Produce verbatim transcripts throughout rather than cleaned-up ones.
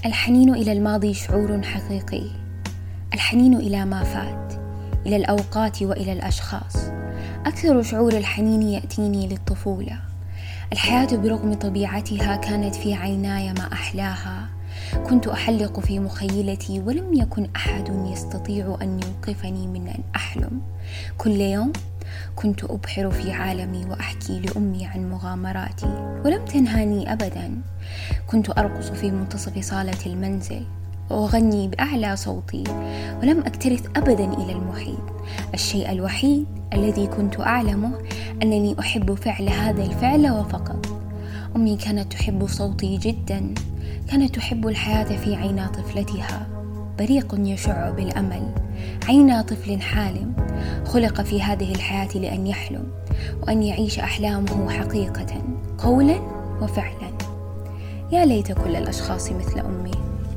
الحنين إلى الماضي شعور حقيقي، الحنين إلى ما فات، إلى الأوقات وإلى الأشخاص. أكثر شعور الحنين يأتيني للطفولة. الحياة برغم طبيعتها كانت في عيناي ما أحلاها. كنت أحلق في مخيلتي ولم يكن أحد يستطيع أن يوقفني من أن أحلم. كل يوم كنت أبحر في عالمي وأحكي لأمي عن مغامراتي ولم تنهاني أبدا. كنت أرقص في منتصف صالة المنزل وأغني بأعلى صوتي ولم أكترث أبدا إلى المحيط. الشيء الوحيد الذي كنت أعلمه أنني أحب فعل هذا الفعل وفقط. أمي كانت تحب صوتي جدا، كانت تحب الحياة في عينا طفلتها، بريق يشع بالأمل، عينا طفل حالم خلق في هذه الحياة لأن يحلم وأن يعيش أحلامه حقيقة قولا وفعلا. يا ليت كل الأشخاص مثل أمي.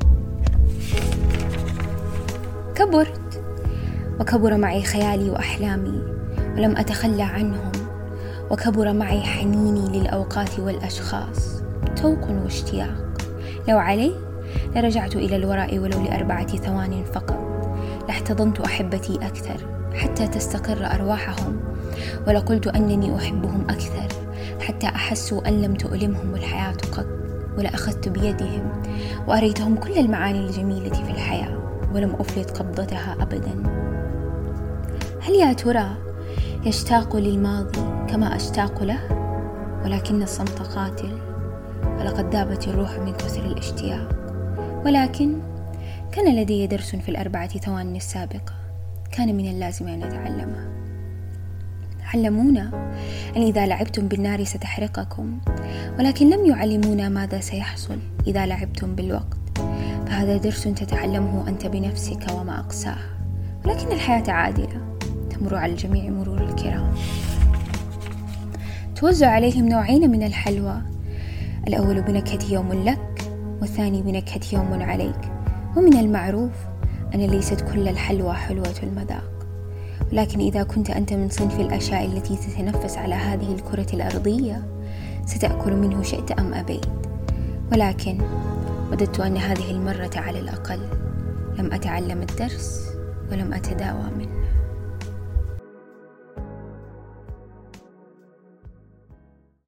كبرت وكبر معي خيالي وأحلامي ولم أتخلى عنهم، وكبر معي حنيني للأوقات والأشخاص، توق واشتياق. لو علي لرجعت إلى الوراء ولو لأربعة ثوان فقط، لاحتضنت أحبتي أكثر حتى تستقر أرواحهم، ولقلت أنني أحبهم أكثر حتى أحسوا أن لم تؤلمهم الحياة قط، ولأخذت بيدهم وأريتهم كل المعاني الجميلة في الحياة ولم أفلت قبضتها أبدا. هل يا ترى يشتاق للماضي كما أشتاق له؟ ولكن الصمت قاتل، ولقد ذابت الروح من كثر الاشتياق. ولكن كان لدي درس في الأربعة ثوان السابقة كان من اللازم أن أتعلمه. علمونا أن إذا لعبتم بالنار ستحرقكم، ولكن لم يعلمونا ماذا سيحصل إذا لعبتم بالوقت. فهذا درس تتعلمه أنت بنفسك وما أقساه. ولكن الحياة عادلة، تمر على الجميع مرور الكرام. توزع عليهم نوعين من الحلوى، الأول بنكهة يوم لك، والثاني بنكهة يوم عليك. ومن المعروف أن ليست كل الحلوى حلوة المذاق، ولكن إذا كنت أنت من صنف الأشياء التي تتنفس على هذه الكرة الأرضية ستأكل منه شئت أم أبيت. ولكن وددت أن هذه المرة على الأقل لم أتعلم الدرس ولم أتداوى منه.